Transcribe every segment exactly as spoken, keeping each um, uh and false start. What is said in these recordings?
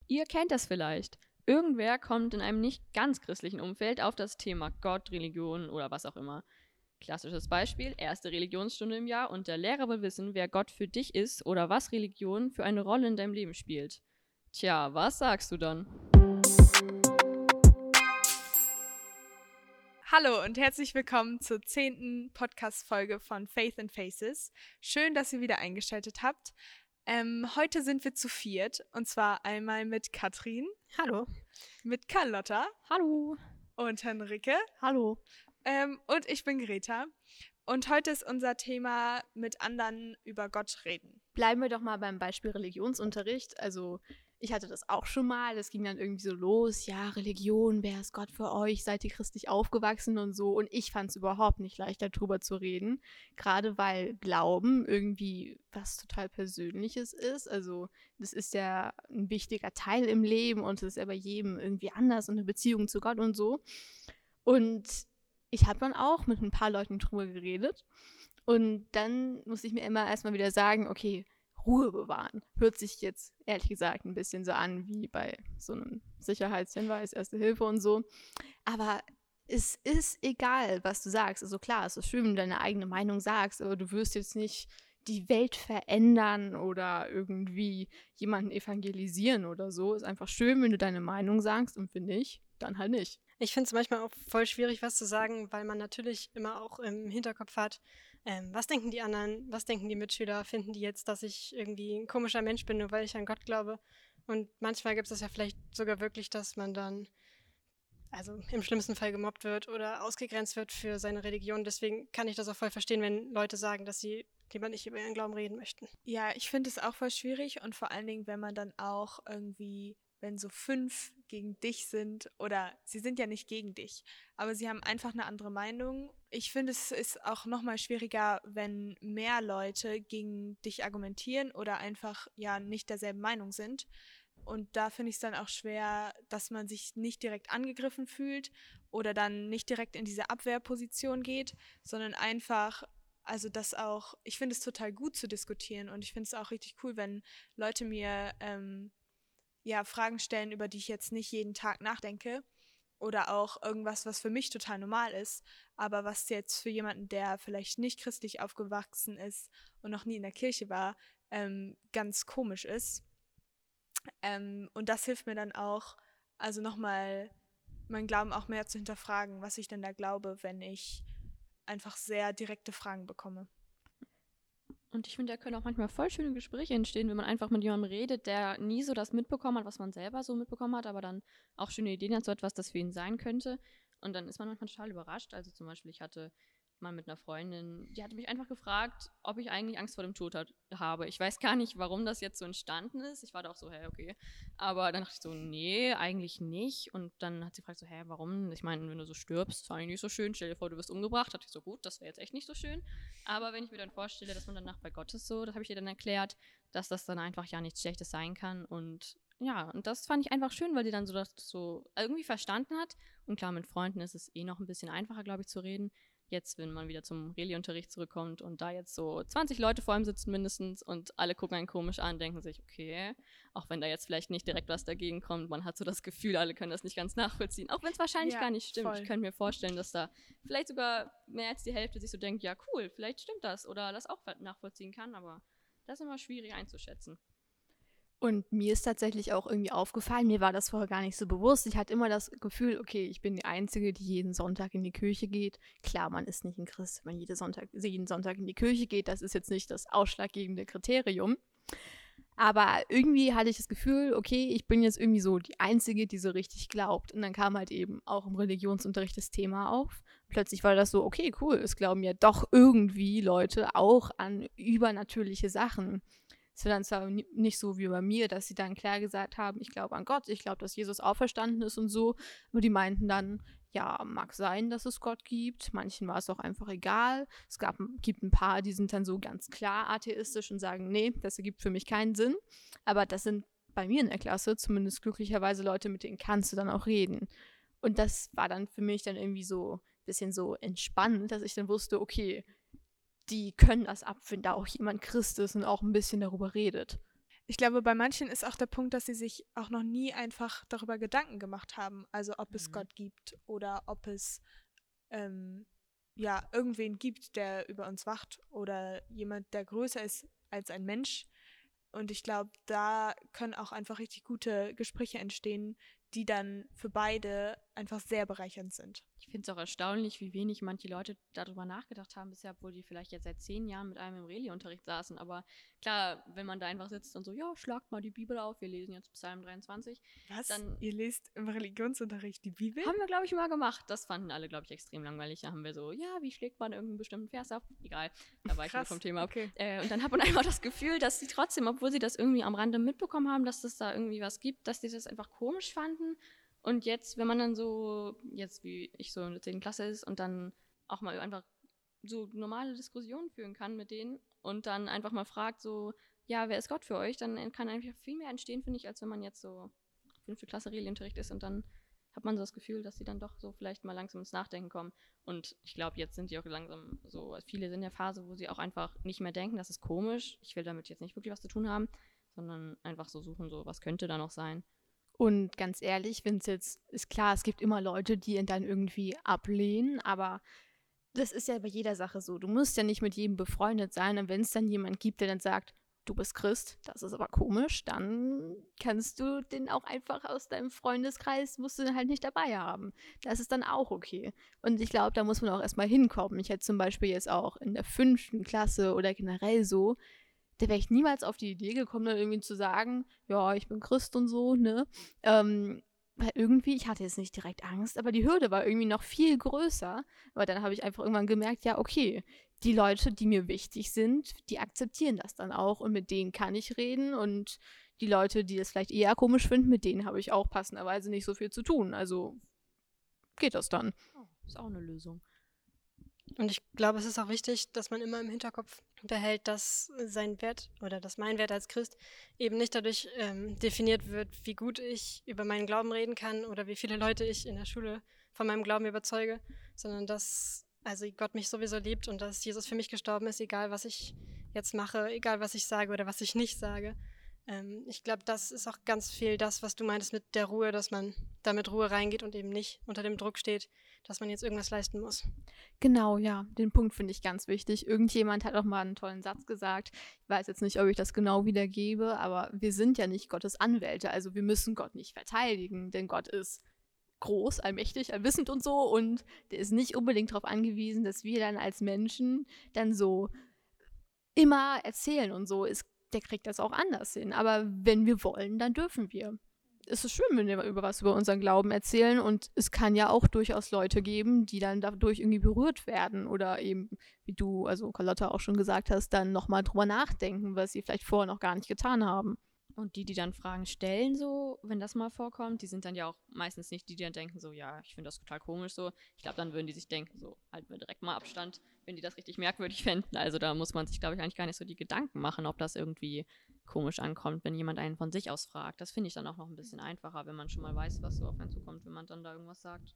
Ihr kennt das vielleicht. Irgendwer kommt in einem nicht ganz christlichen Umfeld auf das Thema Gott, Religion oder was auch immer. Klassisches Beispiel, erste Religionsstunde im Jahr und der Lehrer will wissen, wer Gott für dich ist oder was Religion für eine Rolle in deinem Leben spielt. Tja, was sagst du dann? Hallo und herzlich willkommen zur zehnten Podcast-Folge von Faith and Faces. Schön, dass ihr wieder eingeschaltet habt. Ähm, heute sind wir zu viert und zwar einmal mit Katrin. Hallo. Mit Carlotta. Hallo. Und Henrike. Hallo. Ähm, und ich bin Greta. Und heute ist unser Thema mit anderen über Gott reden. Bleiben wir doch mal beim Beispiel Religionsunterricht. Also ich hatte das auch schon mal. Das ging dann irgendwie so los. Ja, Religion, wer ist Gott für euch? Seid ihr christlich aufgewachsen und so? Und ich fand es überhaupt nicht leicht, darüber zu reden. Gerade weil Glauben irgendwie was total Persönliches ist. Also das ist ja ein wichtiger Teil im Leben und es ist ja bei jedem irgendwie anders und eine Beziehung zu Gott und so. Und ich habe dann auch mit ein paar Leuten drüber geredet. Und dann muss ich mir immer erstmal wieder sagen, okay, Ruhe bewahren. Hört sich jetzt ehrlich gesagt ein bisschen so an wie bei so einem Sicherheitshinweis, Erste Hilfe und so. Aber es ist egal, was du sagst. Also klar, es ist schön, wenn du deine eigene Meinung sagst, aber du wirst jetzt nicht die Welt verändern oder irgendwie jemanden evangelisieren oder so. Ist einfach schön, wenn du deine Meinung sagst und wenn nicht, dann halt nicht. Ich finde es manchmal auch voll schwierig, was zu sagen, weil man natürlich immer auch im Hinterkopf hat, ähm, was denken die anderen, was denken die Mitschüler, finden die jetzt, dass ich irgendwie ein komischer Mensch bin, nur weil ich an Gott glaube. Und manchmal gibt es das ja vielleicht sogar wirklich, dass man dann, also im schlimmsten Fall gemobbt wird oder ausgegrenzt wird für seine Religion. Deswegen kann ich das auch voll verstehen, wenn Leute sagen, dass sie lieber nicht über ihren Glauben reden möchten. Ja, ich finde es auch voll schwierig und vor allen Dingen, wenn man dann auch irgendwie, wenn so fünf gegen dich sind oder sie sind ja nicht gegen dich, aber sie haben einfach eine andere Meinung. Ich finde, es ist auch nochmal schwieriger, wenn mehr Leute gegen dich argumentieren oder einfach ja nicht derselben Meinung sind. Und da finde ich es dann auch schwer, dass man sich nicht direkt angegriffen fühlt oder dann nicht direkt in diese Abwehrposition geht, sondern einfach, also das auch, ich finde es total gut zu diskutieren und ich finde es auch richtig cool, wenn Leute mir ähm, ja, Fragen stellen, über die ich jetzt nicht jeden Tag nachdenke oder auch irgendwas, was für mich total normal ist, aber was jetzt für jemanden, der vielleicht nicht christlich aufgewachsen ist und noch nie in der Kirche war, ähm, ganz komisch ist. Ähm, und das hilft mir dann auch, also nochmal meinen Glauben auch mehr zu hinterfragen, was ich denn da glaube, wenn ich einfach sehr direkte Fragen bekomme. Und ich finde, da können auch manchmal voll schöne Gespräche entstehen, wenn man einfach mit jemandem redet, der nie so das mitbekommen hat, was man selber so mitbekommen hat, aber dann auch schöne Ideen hat, so etwas, das für ihn sein könnte. Und dann ist man manchmal total überrascht. Also zum Beispiel, ich hatte mal mit einer Freundin, die hatte mich einfach gefragt, ob ich eigentlich Angst vor dem Tod hat, habe. Ich weiß gar nicht, warum das jetzt so entstanden ist. Ich war da auch so, hä, okay. Aber dann dachte ich so, nee, eigentlich nicht. Und dann hat sie gefragt so, hä, warum? Ich meine, wenn du so stirbst, ist eigentlich nicht so schön. Stell dir vor, du wirst umgebracht. Dachte ich so, gut, das wäre jetzt echt nicht so schön. Aber wenn ich mir dann vorstelle, dass man danach bei Gott ist so, das habe ich ihr dann erklärt, dass das dann einfach ja nichts Schlechtes sein kann. Und ja, und das fand ich einfach schön, weil die dann so das so irgendwie verstanden hat. Und klar, mit Freunden ist es eh noch ein bisschen einfacher, glaube ich, zu reden. Jetzt, wenn man wieder zum Reli-Unterricht zurückkommt und da jetzt so zwanzig Leute vor ihm sitzen mindestens und alle gucken einen komisch an, denken sich, okay, auch wenn da jetzt vielleicht nicht direkt was dagegen kommt, man hat so das Gefühl, alle können das nicht ganz nachvollziehen. Auch wenn es wahrscheinlich Ja, gar nicht stimmt. voll. Ich könnte mir vorstellen, dass da vielleicht sogar mehr als die Hälfte sich so denkt, ja cool, vielleicht stimmt das oder das auch nachvollziehen kann, aber das ist immer schwierig einzuschätzen. Und mir ist tatsächlich auch irgendwie aufgefallen, mir war das vorher gar nicht so bewusst. Ich hatte immer das Gefühl, okay, ich bin die Einzige, die jeden Sonntag in die Kirche geht. Klar, man ist nicht ein Christ, wenn man jeden Sonntag, jeden Sonntag in die Kirche geht. Das ist jetzt nicht das ausschlaggebende Kriterium. Aber irgendwie hatte ich das Gefühl, okay, ich bin jetzt irgendwie so die Einzige, die so richtig glaubt. Und dann kam halt eben auch im Religionsunterricht das Thema auf. Plötzlich war das so, okay, cool, es glauben ja doch irgendwie Leute auch an übernatürliche Sachen. Es war dann zwar nicht so wie bei mir, dass sie dann klar gesagt haben, ich glaube an Gott, ich glaube, dass Jesus auferstanden ist und so. Aber die meinten dann, ja, mag sein, dass es Gott gibt. Manchen war es auch einfach egal. Es gab, gibt ein paar, die sind dann so ganz klar atheistisch und sagen, nee, das ergibt für mich keinen Sinn. Aber das sind bei mir in der Klasse zumindest glücklicherweise Leute, mit denen kannst du dann auch reden. Und das war dann für mich dann irgendwie so ein bisschen so entspannend, dass ich dann wusste, okay, die können das ab, wenn da auch jemand Christ ist und auch ein bisschen darüber redet. Ich glaube, bei manchen ist auch der Punkt, dass sie sich auch noch nie einfach darüber Gedanken gemacht haben. Also ob es Mhm. Gott gibt oder ob es ähm, ja irgendwen gibt, der über uns wacht oder jemand, der größer ist als ein Mensch. Und ich glaube, da können auch einfach richtig gute Gespräche entstehen, die dann für beide einfach sehr bereichernd sind. Ich finde es auch erstaunlich, wie wenig manche Leute darüber nachgedacht haben bisher, obwohl die vielleicht jetzt seit zehn Jahren mit einem im Reli-Unterricht saßen. Aber klar, wenn man da einfach sitzt und so, ja, schlagt mal die Bibel auf, wir lesen jetzt Psalm dreiundzwanzig. Was? Dann Ihr lest im Religionsunterricht die Bibel? haben wir, glaube ich, mal gemacht. Das fanden alle, glaube ich, extrem langweilig. Da haben wir so, ja, wie schlägt man irgendeinen bestimmten Vers auf? Egal, da war ich wieder Krass, vom Thema ab. okay. Äh, und dann hat man einfach das Gefühl, dass sie trotzdem, obwohl sie das irgendwie am Rande mitbekommen haben, dass es da irgendwie was gibt, dass die das einfach komisch fanden. Und jetzt, wenn man dann so, jetzt wie ich so in der zehnten Klasse ist und dann auch mal einfach so normale Diskussionen führen kann mit denen und dann einfach mal fragt so, ja, wer ist Gott für euch? Dann kann einfach viel mehr entstehen, finde ich, als wenn man jetzt so fünfte Klasse Regelunterricht ist und dann hat man so das Gefühl, dass sie dann doch so vielleicht mal langsam ins Nachdenken kommen. Und ich glaube, jetzt sind die auch langsam so, viele sind in der Phase, wo sie auch einfach nicht mehr denken, das ist komisch, ich will damit jetzt nicht wirklich was zu tun haben, sondern einfach so suchen, so, was könnte da noch sein. Und ganz ehrlich, wenn es jetzt, ist klar, es gibt immer Leute, die ihn dann irgendwie ablehnen, aber das ist ja bei jeder Sache so. Du musst ja nicht mit jedem befreundet sein und wenn es dann jemand gibt, der dann sagt, du bist Christ, das ist aber komisch, dann kannst du den auch einfach aus deinem Freundeskreis, musst du den halt nicht dabei haben. Das ist dann auch okay. Und ich glaube, da muss man auch erstmal hinkommen. Ich hätte zum Beispiel jetzt auch in der fünften Klasse oder generell so, da wäre ich niemals auf die Idee gekommen, dann irgendwie zu sagen, ja, ich bin Christ und so, ne? Ähm, weil irgendwie, ich hatte jetzt nicht direkt Angst, aber die Hürde war irgendwie noch viel größer. Aber dann habe ich einfach irgendwann gemerkt, ja, okay, die Leute, die mir wichtig sind, die akzeptieren das dann auch und mit denen kann ich reden und die Leute, die das vielleicht eher komisch finden, mit denen habe ich auch passenderweise nicht so viel zu tun. Also geht das dann. Oh, ist auch eine Lösung. Und ich glaube, es ist auch wichtig, dass man immer im Hinterkopf behält, dass sein Wert oder dass mein Wert als Christ eben nicht dadurch ähm, definiert wird, wie gut ich über meinen Glauben reden kann oder wie viele Leute ich in der Schule von meinem Glauben überzeuge, sondern dass also Gott mich sowieso liebt und dass Jesus für mich gestorben ist, egal was ich jetzt mache, egal was ich sage oder was ich nicht sage. Ähm, ich glaube, das ist auch ganz viel das, was du meintest mit der Ruhe, dass man da mit Ruhe reingeht und eben nicht unter dem Druck steht, dass man jetzt irgendwas leisten muss. Genau, ja, den Punkt finde ich ganz wichtig. Irgendjemand hat auch mal einen tollen Satz gesagt. Ich weiß jetzt nicht, ob ich das genau wiedergebe, aber wir sind ja nicht Gottes Anwälte, also wir müssen Gott nicht verteidigen, denn Gott ist groß, allmächtig, allwissend und so und der ist nicht unbedingt darauf angewiesen, dass wir dann als Menschen dann so immer erzählen und so. Ist, der kriegt das auch anders hin, aber wenn wir wollen, dann dürfen wir. Es ist schön, wenn wir über was über unseren Glauben erzählen und es kann ja auch durchaus Leute geben, die dann dadurch irgendwie berührt werden oder eben, wie du, also Carlotta auch schon gesagt hast, dann nochmal drüber nachdenken, was sie vielleicht vorher noch gar nicht getan haben. Und die, die dann Fragen stellen, so, wenn das mal vorkommt, die sind dann ja auch meistens nicht die, die dann denken, so, ja, ich finde das total komisch, so. Ich glaube, dann würden die sich denken, so, halten wir direkt mal Abstand, wenn die das richtig merkwürdig fänden. Also da muss man sich, glaube ich, eigentlich gar nicht so die Gedanken machen, ob das irgendwie komisch ankommt, wenn jemand einen von sich aus fragt. Das finde ich dann auch noch ein bisschen einfacher, wenn man schon mal weiß, was so auf einen zukommt, wenn man dann da irgendwas sagt.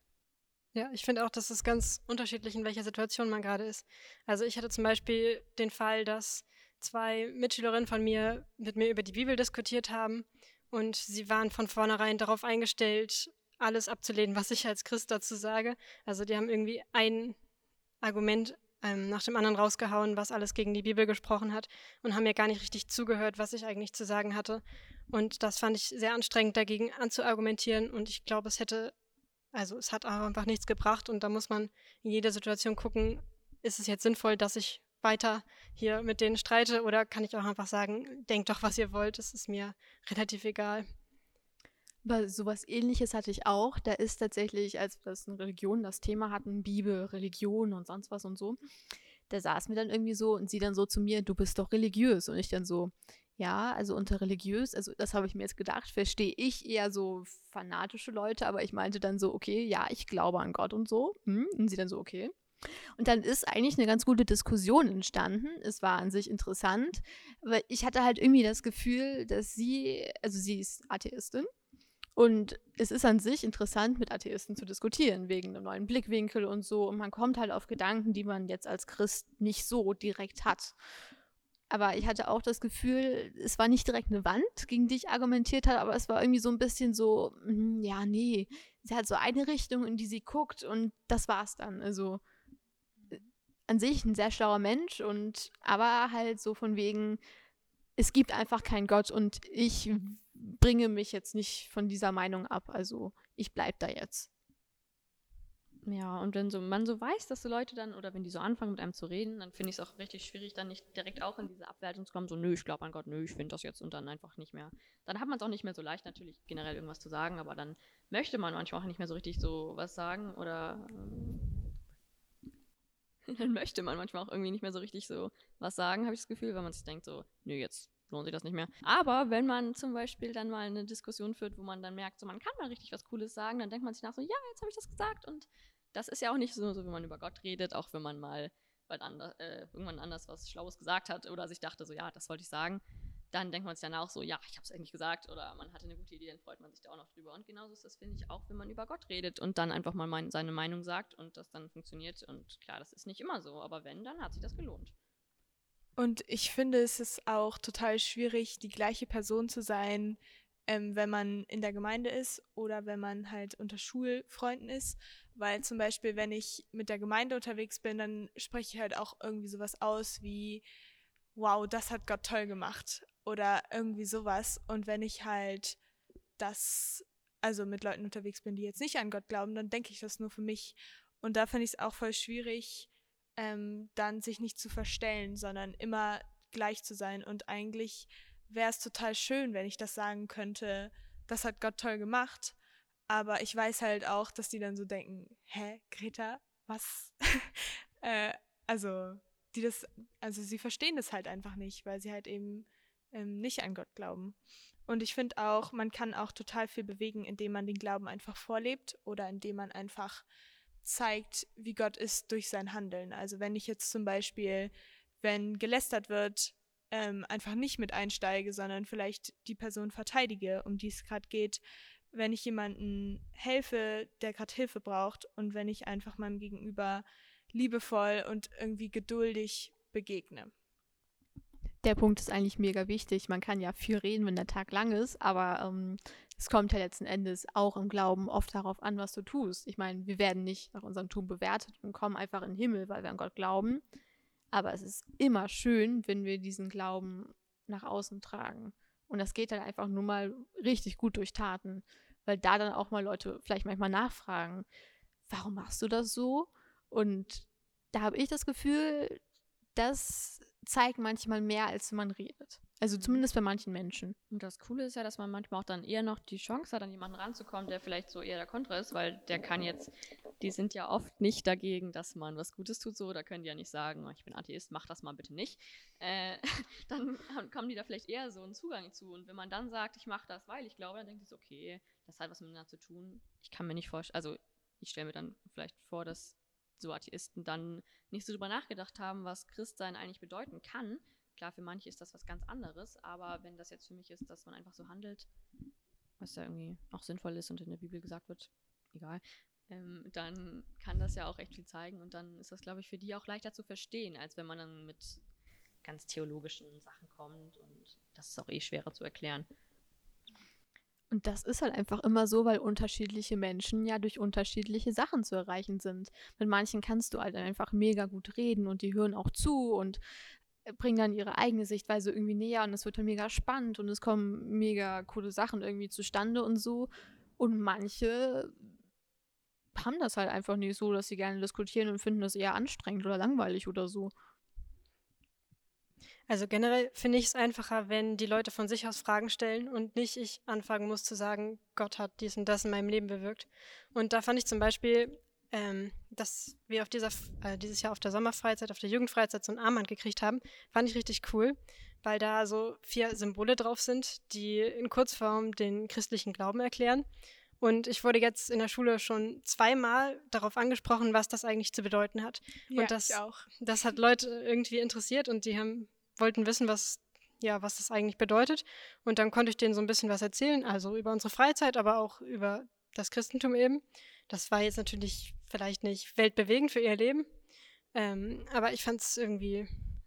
Ja, ich finde auch, dass es ganz unterschiedlich, in welcher Situation man gerade ist. Also ich hatte zum Beispiel den Fall, dass zwei Mitschülerinnen von mir mit mir über die Bibel diskutiert haben und sie waren von vornherein darauf eingestellt, alles abzulehnen, was ich als Christ dazu sage. Also die haben irgendwie ein Argument ähm, nach dem anderen rausgehauen, was alles gegen die Bibel gesprochen hat und haben mir gar nicht richtig zugehört, was ich eigentlich zu sagen hatte. Und das fand ich sehr anstrengend, dagegen anzuargumentieren und ich glaube, es hätte, also es hat einfach nichts gebracht und da muss man in jeder Situation gucken, ist es jetzt sinnvoll, dass ich weiter hier mit denen streite oder kann ich auch einfach sagen, denkt doch, was ihr wollt, es ist mir relativ egal. Aber sowas Ähnliches hatte ich auch. Da ist tatsächlich, als wir das in Religion das Thema hatten, Bibel, Religion und sonst was und so, da saßen wir dann irgendwie so und sie dann so zu mir, du bist doch religiös. Und ich dann so, ja, also unter religiös, also das habe ich mir jetzt gedacht, verstehe ich eher so fanatische Leute, aber ich meinte dann so, okay, ja, ich glaube an Gott und so. Hm? Und sie dann so, okay. Und dann ist eigentlich eine ganz gute Diskussion entstanden. Es war an sich interessant, weil ich hatte halt irgendwie das Gefühl, dass sie, also sie ist Atheistin und es ist an sich interessant, mit Atheisten zu diskutieren, wegen einem neuen Blickwinkel und so. Und man kommt halt auf Gedanken, die man jetzt als Christ nicht so direkt hat. Aber ich hatte auch das Gefühl, es war nicht direkt eine Wand, gegen die ich argumentiert habe, aber es war irgendwie so ein bisschen so, mm, ja, nee, sie hat so eine Richtung, in die sie guckt und das war's dann. Also äh, an sich ein sehr schlauer Mensch und aber halt so von wegen, es gibt einfach keinen Gott und ich bringe mich jetzt nicht von dieser Meinung ab. Also ich bleib da jetzt. Ja, und wenn so man so weiß, dass so Leute dann, oder wenn die so anfangen mit einem zu reden, dann finde ich es auch richtig schwierig, dann nicht direkt auch in diese Abwertung zu kommen, so nö, ich glaube an Gott, nö, ich finde das jetzt und dann einfach nicht mehr. Dann hat man es auch nicht mehr so leicht, natürlich generell irgendwas zu sagen, aber dann möchte man manchmal auch nicht mehr so richtig so was sagen oder ähm, dann möchte man manchmal auch irgendwie nicht mehr so richtig so was sagen, habe ich das Gefühl, weil man sich denkt so, nö, jetzt lohnt sich das nicht mehr. Aber wenn man zum Beispiel dann mal eine Diskussion führt, wo man dann merkt, so man kann mal richtig was Cooles sagen, dann denkt man sich nach so, ja, jetzt habe ich das gesagt und das ist ja auch nicht so, so, wenn man über Gott redet, auch wenn man mal bald ander, äh, irgendwann anders was Schlaues gesagt hat oder sich dachte so, ja, das wollte ich sagen, dann denkt man sich dann auch so, ja, ich habe es eigentlich gesagt oder man hatte eine gute Idee, dann freut man sich da auch noch drüber. Und genauso ist das, finde ich, auch, wenn man über Gott redet und dann einfach mal mein, seine Meinung sagt und das dann funktioniert. Und klar, das ist nicht immer so, aber wenn, dann hat sich das gelohnt. Und ich finde, es ist auch total schwierig, die gleiche Person zu sein, ähm, wenn man in der Gemeinde ist oder wenn man halt unter Schulfreunden ist. Weil zum Beispiel, wenn ich mit der Gemeinde unterwegs bin, dann spreche ich halt auch irgendwie sowas aus wie, wow, das hat Gott toll gemacht. Oder irgendwie sowas. Und wenn ich halt das, also mit Leuten unterwegs bin, die jetzt nicht an Gott glauben, dann denke ich das nur für mich. Und da finde ich es auch voll schwierig, ähm, dann sich nicht zu verstellen, sondern immer gleich zu sein. Und eigentlich wäre es total schön, wenn ich das sagen könnte, das hat Gott toll gemacht. Aber ich weiß halt auch, dass die dann so denken, hä, Greta, was? äh, also, die das, also sie verstehen das halt einfach nicht, weil sie halt eben ähm, nicht an Gott glauben. Und ich finde auch, man kann auch total viel bewegen, indem man den Glauben einfach vorlebt oder indem man einfach zeigt, wie Gott ist durch sein Handeln. Also wenn ich jetzt zum Beispiel, wenn gelästert wird, ähm, einfach nicht mit einsteige, sondern vielleicht die Person verteidige, um die es gerade geht, wenn ich jemandem helfe, der gerade Hilfe braucht und wenn ich einfach meinem Gegenüber liebevoll und irgendwie geduldig begegne. Der Punkt ist eigentlich mega wichtig. Man kann ja viel reden, wenn der Tag lang ist, aber ähm, es kommt ja letzten Endes auch im Glauben oft darauf an, was du tust. Ich meine, wir werden nicht nach unserem Tun bewertet und kommen einfach in den Himmel, weil wir an Gott glauben. Aber es ist immer schön, wenn wir diesen Glauben nach außen tragen. Und das geht dann einfach nur mal richtig gut durch Taten, weil da dann auch mal Leute vielleicht manchmal nachfragen, warum machst du das so? Und da habe ich das Gefühl, das zeigt manchmal mehr, als wenn man redet. Also zumindest bei manchen Menschen. Und das Coole ist ja, dass man manchmal auch dann eher noch die Chance hat, an jemanden ranzukommen, der vielleicht so eher der Kontra ist, weil der kann jetzt, die sind ja oft nicht dagegen, dass man was Gutes tut, so, da können die ja nicht sagen, ich bin Atheist, mach das mal bitte nicht. Äh, dann kommen die da vielleicht eher so einen Zugang zu. Und wenn man dann sagt, ich mache das, weil ich glaube, dann denkt es, okay, das hat was miteinander zu tun. Ich kann mir nicht vorstellen, also ich stelle mir dann vielleicht vor, dass so Atheisten dann nicht so drüber nachgedacht haben, was Christsein eigentlich bedeuten kann. Klar, für manche ist das was ganz anderes, aber wenn das jetzt für mich ist, dass man einfach so handelt, was ja irgendwie auch sinnvoll ist und in der Bibel gesagt wird, egal, ähm, dann kann das ja auch echt viel zeigen und dann ist das, glaube ich, für die auch leichter zu verstehen, als wenn man dann mit ganz theologischen Sachen kommt und das ist auch eh schwerer zu erklären. Und das ist halt einfach immer so, weil unterschiedliche Menschen ja durch unterschiedliche Sachen zu erreichen sind. Mit manchen kannst du halt einfach mega gut reden und die hören auch zu und bringen dann ihre eigene Sichtweise irgendwie näher und es wird dann mega spannend und es kommen mega coole Sachen irgendwie zustande und so. Und manche haben das halt einfach nicht so, dass sie gerne diskutieren und finden das eher anstrengend oder langweilig oder so. Also generell finde ich es einfacher, wenn die Leute von sich aus Fragen stellen und nicht ich anfangen muss zu sagen, Gott hat dies und das in meinem Leben bewirkt. Und da fand ich zum Beispiel, ähm, dass wir auf dieser, äh, dieses Jahr auf der Sommerfreizeit, auf der Jugendfreizeit so ein Armband gekriegt haben, fand ich richtig cool, weil da so vier Symbole drauf sind, die in Kurzform den christlichen Glauben erklären. Und ich wurde jetzt in der Schule schon zweimal darauf angesprochen, was das eigentlich zu bedeuten hat. Ja, und das, ich auch. das hat Leute irgendwie interessiert und die haben wollten wissen, was, ja, was das eigentlich bedeutet. Und dann konnte ich denen so ein bisschen was erzählen, also über unsere Freizeit, aber auch über das Christentum eben. Das war jetzt natürlich vielleicht nicht weltbewegend für ihr Leben, ähm, aber ich fand es irgendwie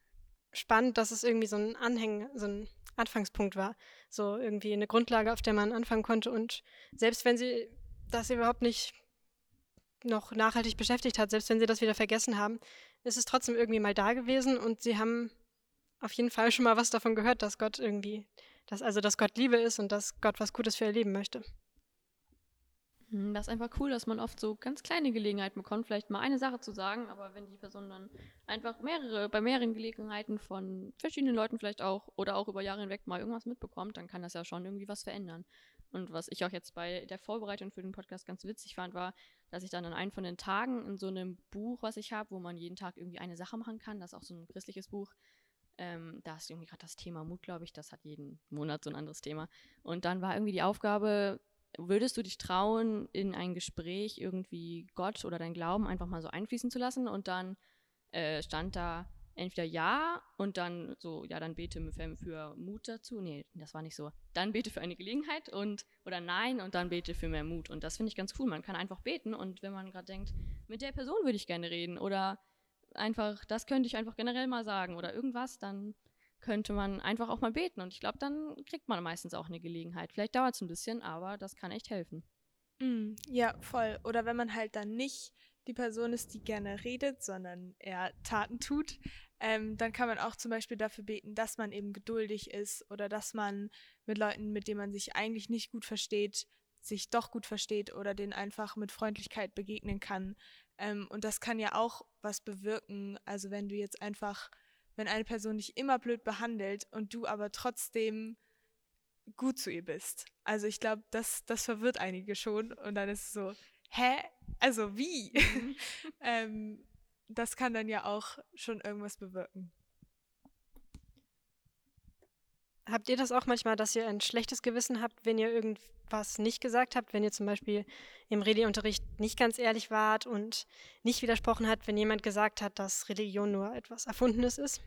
spannend, dass es irgendwie so ein Anhäng, so ein Anfangspunkt war. So irgendwie eine Grundlage, auf der man anfangen konnte. Und selbst wenn sie das überhaupt nicht noch nachhaltig beschäftigt hat, selbst wenn sie das wieder vergessen haben, ist es trotzdem irgendwie mal da gewesen und sie haben auf jeden Fall schon mal was davon gehört, dass Gott irgendwie, dass also dass Gott Liebe ist und dass Gott was Gutes für ihr Leben möchte. Hm, Das ist einfach cool, dass man oft so ganz kleine Gelegenheiten bekommt, vielleicht mal eine Sache zu sagen, aber wenn die Person dann einfach mehrere, bei mehreren Gelegenheiten von verschiedenen Leuten vielleicht auch oder auch über Jahre hinweg mal irgendwas mitbekommt, dann kann das ja schon irgendwie was verändern. Und was ich auch jetzt bei der Vorbereitung für den Podcast ganz witzig fand, war, dass ich dann an einem von den Tagen in so einem Buch, was ich habe, wo man jeden Tag irgendwie eine Sache machen kann, das ist auch so ein christliches Buch, ähm, da ist irgendwie gerade das Thema Mut, glaube ich, das hat jeden Monat so ein anderes Thema. Und dann war irgendwie die Aufgabe, würdest du dich trauen, in ein Gespräch irgendwie Gott oder dein Glauben einfach mal so einfließen zu lassen? Und dann äh, stand da entweder ja und dann so, ja, dann bete für, für Mut dazu. Nee, das war nicht so. Dann bete für eine Gelegenheit und oder nein und dann bete für mehr Mut. Und das finde ich ganz cool. Man kann einfach beten und wenn man gerade denkt, mit der Person würde ich gerne reden oder einfach, das könnte ich einfach generell mal sagen oder irgendwas, dann könnte man einfach auch mal beten. Und ich glaube, dann kriegt man meistens auch eine Gelegenheit. Vielleicht dauert es ein bisschen, aber das kann echt helfen. Mm, ja, voll. Oder wenn man halt dann nicht die Person ist, die gerne redet, sondern eher Taten tut, ähm, dann kann man auch zum Beispiel dafür beten, dass man eben geduldig ist oder dass man mit Leuten, mit denen man sich eigentlich nicht gut versteht, sich doch gut versteht oder denen einfach mit Freundlichkeit begegnen kann. Ähm, und das kann ja auch was bewirken. Also wenn du jetzt einfach, wenn eine Person dich immer blöd behandelt und du aber trotzdem gut zu ihr bist. Also ich glaube, das, das verwirrt einige schon und dann ist es so, hä? Also wie? Mhm. ähm, das kann dann ja auch schon irgendwas bewirken. Habt ihr das auch manchmal, dass ihr ein schlechtes Gewissen habt, wenn ihr irgendwas nicht gesagt habt, wenn ihr zum Beispiel im Redeunterricht nicht ganz ehrlich wart und nicht widersprochen habt, wenn jemand gesagt hat, dass Religion nur etwas Erfundenes ist?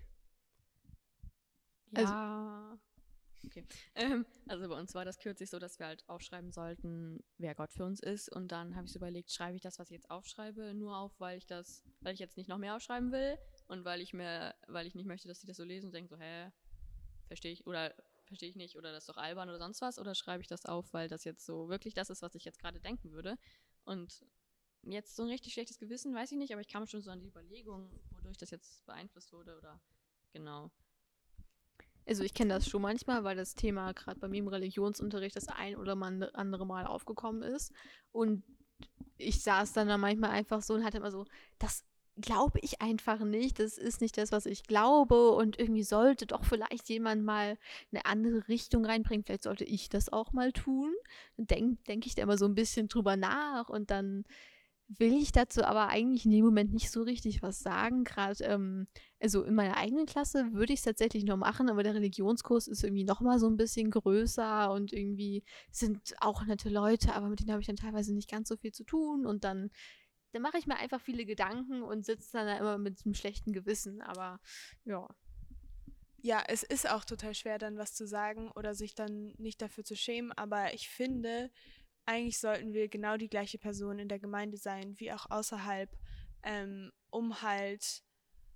Ja. Also, okay. Ähm, also bei uns war das kürzlich so, dass wir halt aufschreiben sollten, wer Gott für uns ist. Und dann habe ich so überlegt, schreibe ich das, was ich jetzt aufschreibe, nur auf, weil ich das, weil ich jetzt nicht noch mehr aufschreiben will und weil ich mir, weil ich nicht möchte, dass die das so lesen und denken so, hä, verstehe ich oder verstehe ich nicht oder das ist doch albern oder sonst was, oder schreibe ich das auf, weil das jetzt so wirklich das ist, was ich jetzt gerade denken würde. Und jetzt so ein richtig schlechtes Gewissen, weiß ich nicht, aber ich kam schon so an die Überlegung, wodurch das jetzt beeinflusst wurde oder genau. Also ich kenne das schon manchmal, weil das Thema gerade bei mir im Religionsunterricht das ein oder andere Mal aufgekommen ist. Und ich saß dann da manchmal einfach so und hatte immer so, das glaube ich einfach nicht, das ist nicht das, was ich glaube und irgendwie sollte doch vielleicht jemand mal eine andere Richtung reinbringen, vielleicht sollte ich das auch mal tun. Dann denke denk ich da immer so ein bisschen drüber nach und dann will ich dazu aber eigentlich in dem Moment nicht so richtig was sagen. Gerade, ähm, also in meiner eigenen Klasse würde ich es tatsächlich noch machen, aber der Religionskurs ist irgendwie noch mal so ein bisschen größer und irgendwie sind auch nette Leute, aber mit denen habe ich dann teilweise nicht ganz so viel zu tun und dann, dann mache ich mir einfach viele Gedanken und sitze dann da immer mit einem schlechten Gewissen, aber ja. Ja, es ist auch total schwer, dann was zu sagen oder sich dann nicht dafür zu schämen, aber ich finde, eigentlich sollten wir genau die gleiche Person in der Gemeinde sein, wie auch außerhalb, ähm, um halt,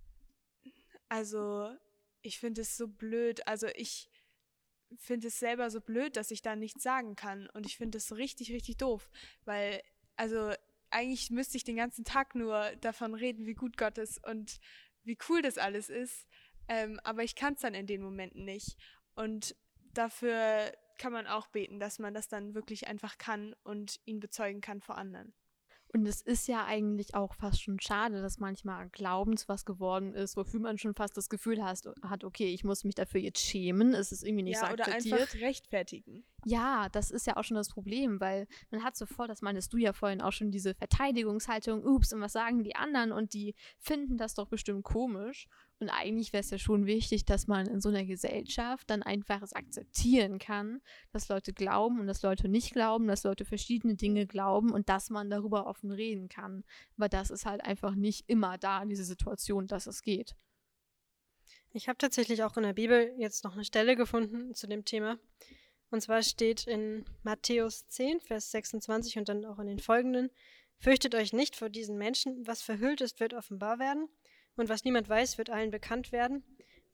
also ich finde es so blöd, also ich finde es selber so blöd, dass ich da nichts sagen kann und ich finde es so richtig, richtig doof, weil, also eigentlich müsste ich den ganzen Tag nur davon reden, wie gut Gott ist und wie cool das alles ist, ähm, aber ich kann es dann in den Momenten nicht und dafür kann man auch beten, dass man das dann wirklich einfach kann und ihn bezeugen kann vor anderen. Und es ist ja eigentlich auch fast schon schade, dass manchmal Glauben zu was geworden ist, wofür man schon fast das Gefühl hat, hat okay, ich muss mich dafür jetzt schämen, es ist irgendwie nicht ja, so akzeptiert. Oder einfach rechtfertigen. Ja, das ist ja auch schon das Problem, weil man hat sofort, das meintest du ja vorhin auch schon, diese Verteidigungshaltung, ups, und was sagen die anderen und die finden das doch bestimmt komisch. Und eigentlich wäre es ja schon wichtig, dass man in so einer Gesellschaft dann einfach es akzeptieren kann, dass Leute glauben und dass Leute nicht glauben, dass Leute verschiedene Dinge glauben und dass man darüber offen reden kann. Aber das ist halt einfach nicht immer da, diese Situation, dass es geht. Ich habe tatsächlich auch in der Bibel jetzt noch eine Stelle gefunden zu dem Thema. Und zwar steht in Matthäus zehn, Vers sechsundzwanzig und dann auch in den folgenden: Fürchtet euch nicht vor diesen Menschen, was verhüllt ist, wird offenbar werden, und was niemand weiß, wird allen bekannt werden.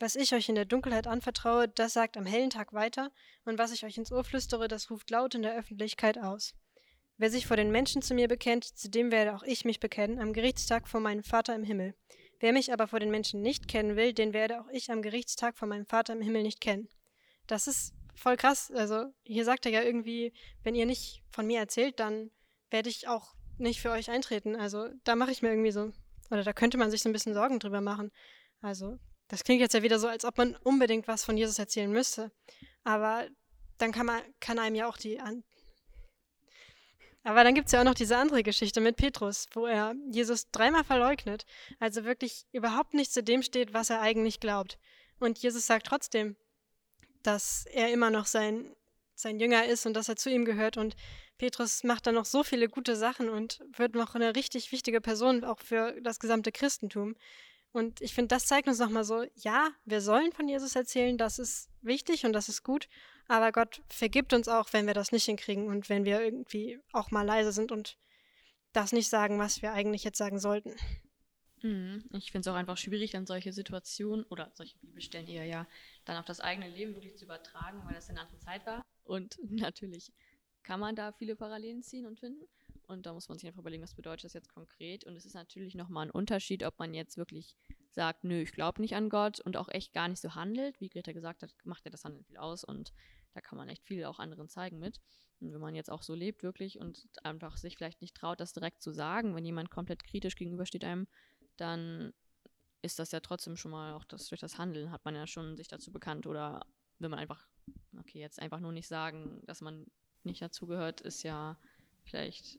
Was ich euch in der Dunkelheit anvertraue, das sagt am hellen Tag weiter, und was ich euch ins Ohr flüstere, das ruft laut in der Öffentlichkeit aus. Wer sich vor den Menschen zu mir bekennt, zu dem werde auch ich mich bekennen, am Gerichtstag vor meinem Vater im Himmel. Wer mich aber vor den Menschen nicht kennen will, den werde auch ich am Gerichtstag vor meinem Vater im Himmel nicht kennen. Das ist voll krass. Also hier sagt er ja irgendwie, wenn ihr nicht von mir erzählt, dann werde ich auch nicht für euch eintreten. Also da mache ich mir irgendwie so, oder da könnte man sich so ein bisschen Sorgen drüber machen. Also das klingt jetzt ja wieder so, als ob man unbedingt was von Jesus erzählen müsste. Aber dann kann man, kann einem ja auch die... An Aber dann gibt es ja auch noch diese andere Geschichte mit Petrus, wo er Jesus dreimal verleugnet, also wirklich überhaupt nicht zu dem steht, was er eigentlich glaubt. Und Jesus sagt trotzdem, dass er immer noch sein, sein Jünger ist und dass er zu ihm gehört. Und Petrus macht dann noch so viele gute Sachen und wird noch eine richtig wichtige Person, auch für das gesamte Christentum. Und ich finde, das zeigt uns nochmal so, ja, wir sollen von Jesus erzählen, das ist wichtig und das ist gut, aber Gott vergibt uns auch, wenn wir das nicht hinkriegen und wenn wir irgendwie auch mal leise sind und das nicht sagen, was wir eigentlich jetzt sagen sollten. Mhm. Ich finde es auch einfach schwierig, dann solche Situationen oder solche Bibelstellen eher ja dann auf das eigene Leben wirklich zu übertragen, weil das in einer anderen Zeit war. Und natürlich kann man da viele Parallelen ziehen und finden. Und da muss man sich einfach überlegen, was bedeutet das jetzt konkret. Und es ist natürlich nochmal ein Unterschied, ob man jetzt wirklich sagt, nö, ich glaube nicht an Gott und auch echt gar nicht so handelt. Wie Greta gesagt hat, macht ja das Handeln viel aus und da kann man echt viel auch anderen zeigen mit. Und wenn man jetzt auch so lebt wirklich und einfach sich vielleicht nicht traut, das direkt zu sagen, wenn jemand komplett kritisch gegenübersteht einem, dann ist das ja trotzdem schon mal auch das, durch das Handeln hat man ja schon sich dazu bekannt. Oder wenn man einfach, okay, jetzt einfach nur nicht sagen, dass man nicht dazugehört, ist ja vielleicht...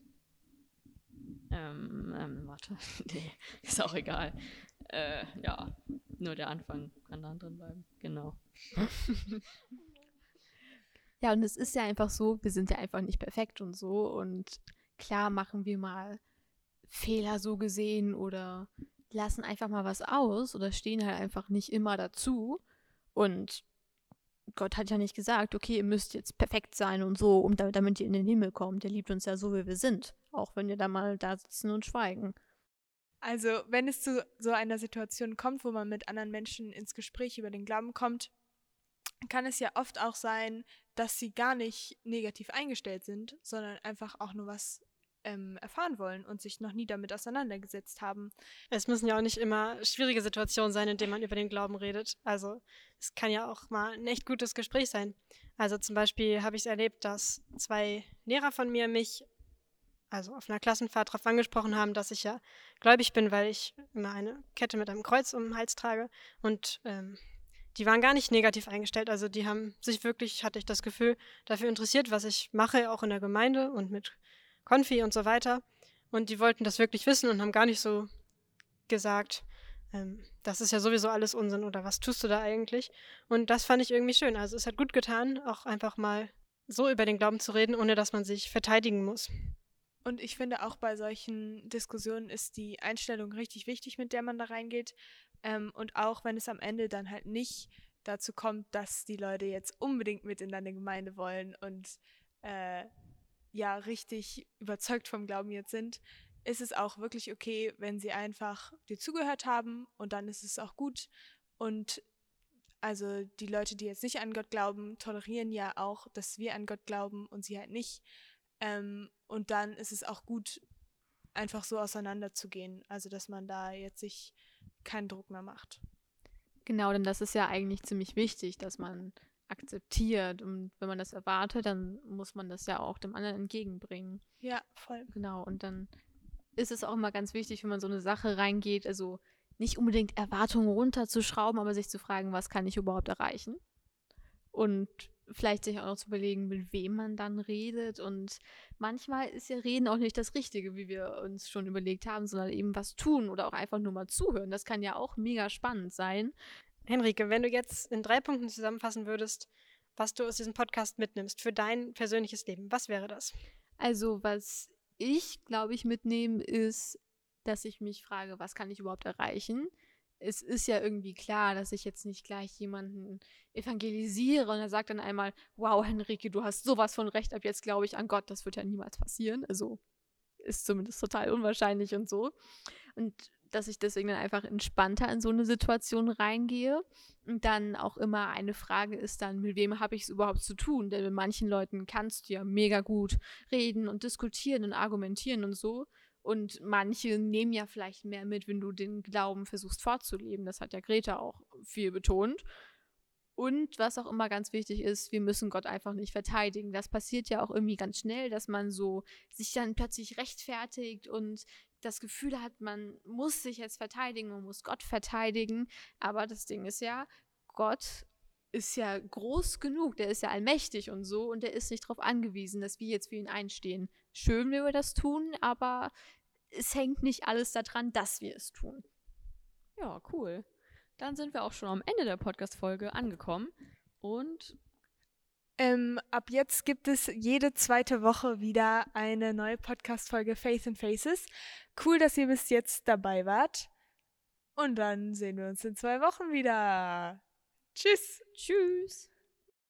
Ähm, ähm, warte, nee, ist auch egal. Äh, ja, nur der Anfang kann da drin bleiben, genau. Ja, und es ist ja einfach so, wir sind ja einfach nicht perfekt und so und klar machen wir mal Fehler so gesehen oder lassen einfach mal was aus oder stehen halt einfach nicht immer dazu und Gott hat ja nicht gesagt, okay, ihr müsst jetzt perfekt sein und so, um damit, damit ihr in den Himmel kommt. Der liebt uns ja so, wie wir sind. Auch wenn wir da mal da sitzen und schweigen. Also, wenn es zu so einer Situation kommt, wo man mit anderen Menschen ins Gespräch über den Glauben kommt, kann es ja oft auch sein, dass sie gar nicht negativ eingestellt sind, sondern einfach auch nur was ähm, erfahren wollen und sich noch nie damit auseinandergesetzt haben. Es müssen ja auch nicht immer schwierige Situationen sein, in denen man über den Glauben redet. Also es kann ja auch mal ein echt gutes Gespräch sein. Also zum Beispiel habe ich es erlebt, dass zwei Lehrer von mir mich also auf einer Klassenfahrt darauf angesprochen haben, dass ich ja gläubig bin, weil ich immer eine Kette mit einem Kreuz um den Hals trage. Und ähm, die waren gar nicht negativ eingestellt. Also die haben sich wirklich, hatte ich das Gefühl, dafür interessiert, was ich mache, auch in der Gemeinde und mit Konfi und so weiter. Und die wollten das wirklich wissen und haben gar nicht so gesagt, ähm, das ist ja sowieso alles Unsinn oder was tust du da eigentlich? Und das fand ich irgendwie schön. Also es hat gut getan, auch einfach mal so über den Glauben zu reden, ohne dass man sich verteidigen muss. Und ich finde, auch bei solchen Diskussionen ist die Einstellung richtig wichtig, mit der man da reingeht. Ähm, und auch wenn es am Ende dann halt nicht dazu kommt, dass die Leute jetzt unbedingt mit in deine Gemeinde wollen und äh, ja richtig überzeugt vom Glauben jetzt sind, ist es auch wirklich okay, wenn sie einfach dir zugehört haben und dann ist es auch gut. Und also die Leute, die jetzt nicht an Gott glauben, tolerieren ja auch, dass wir an Gott glauben und sie halt nicht. Ähm, und dann ist es auch gut, einfach so auseinanderzugehen. Also, dass man da jetzt sich keinen Druck mehr macht. Genau, denn das ist ja eigentlich ziemlich wichtig, dass man akzeptiert. Und wenn man das erwartet, dann muss man das ja auch dem anderen entgegenbringen. Ja, voll. Genau, und dann ist es auch immer ganz wichtig, wenn man so eine Sache reingeht, also nicht unbedingt Erwartungen runterzuschrauben, aber sich zu fragen, was kann ich überhaupt erreichen? Und vielleicht sich auch noch zu überlegen, mit wem man dann redet. Und manchmal ist ja Reden auch nicht das Richtige, wie wir uns schon überlegt haben, sondern eben was tun oder auch einfach nur mal zuhören. Das kann ja auch mega spannend sein. Henrike, wenn du jetzt in drei Punkten zusammenfassen würdest, was du aus diesem Podcast mitnimmst für dein persönliches Leben, was wäre das? Also was ich, glaube ich, mitnehme, ist, dass ich mich frage, was kann ich überhaupt erreichen? Es ist ja irgendwie klar, dass ich jetzt nicht gleich jemanden evangelisiere und er sagt dann einmal, wow, Henrike, du hast sowas von recht, ab jetzt glaube ich an Gott. Das wird ja niemals passieren. Also ist zumindest total unwahrscheinlich und so. Und dass ich deswegen dann einfach entspannter in so eine Situation reingehe. Und dann auch immer eine Frage ist dann, mit wem habe ich es überhaupt zu tun? Denn mit manchen Leuten kannst du ja mega gut reden und diskutieren und argumentieren und so. Und manche nehmen ja vielleicht mehr mit, wenn du den Glauben versuchst vorzuleben. Das hat ja Greta auch viel betont. Und was auch immer ganz wichtig ist, wir müssen Gott einfach nicht verteidigen. Das passiert ja auch irgendwie ganz schnell, dass man so sich dann plötzlich rechtfertigt und das Gefühl hat, man muss sich jetzt verteidigen, man muss Gott verteidigen. Aber das Ding ist ja, Gott ist ja groß genug, der ist ja allmächtig und so und der ist nicht darauf angewiesen, dass wir jetzt für ihn einstehen. Schön, wenn wir das tun, aber es hängt nicht alles daran, dass wir es tun. Ja, cool. Dann sind wir auch schon am Ende der Podcast-Folge angekommen. Und Ähm, ab jetzt gibt es jede zweite Woche wieder eine neue Podcast-Folge Faith and Faces. Cool, dass ihr bis jetzt dabei wart. Und dann sehen wir uns in zwei Wochen wieder. Tschüss. tschüss.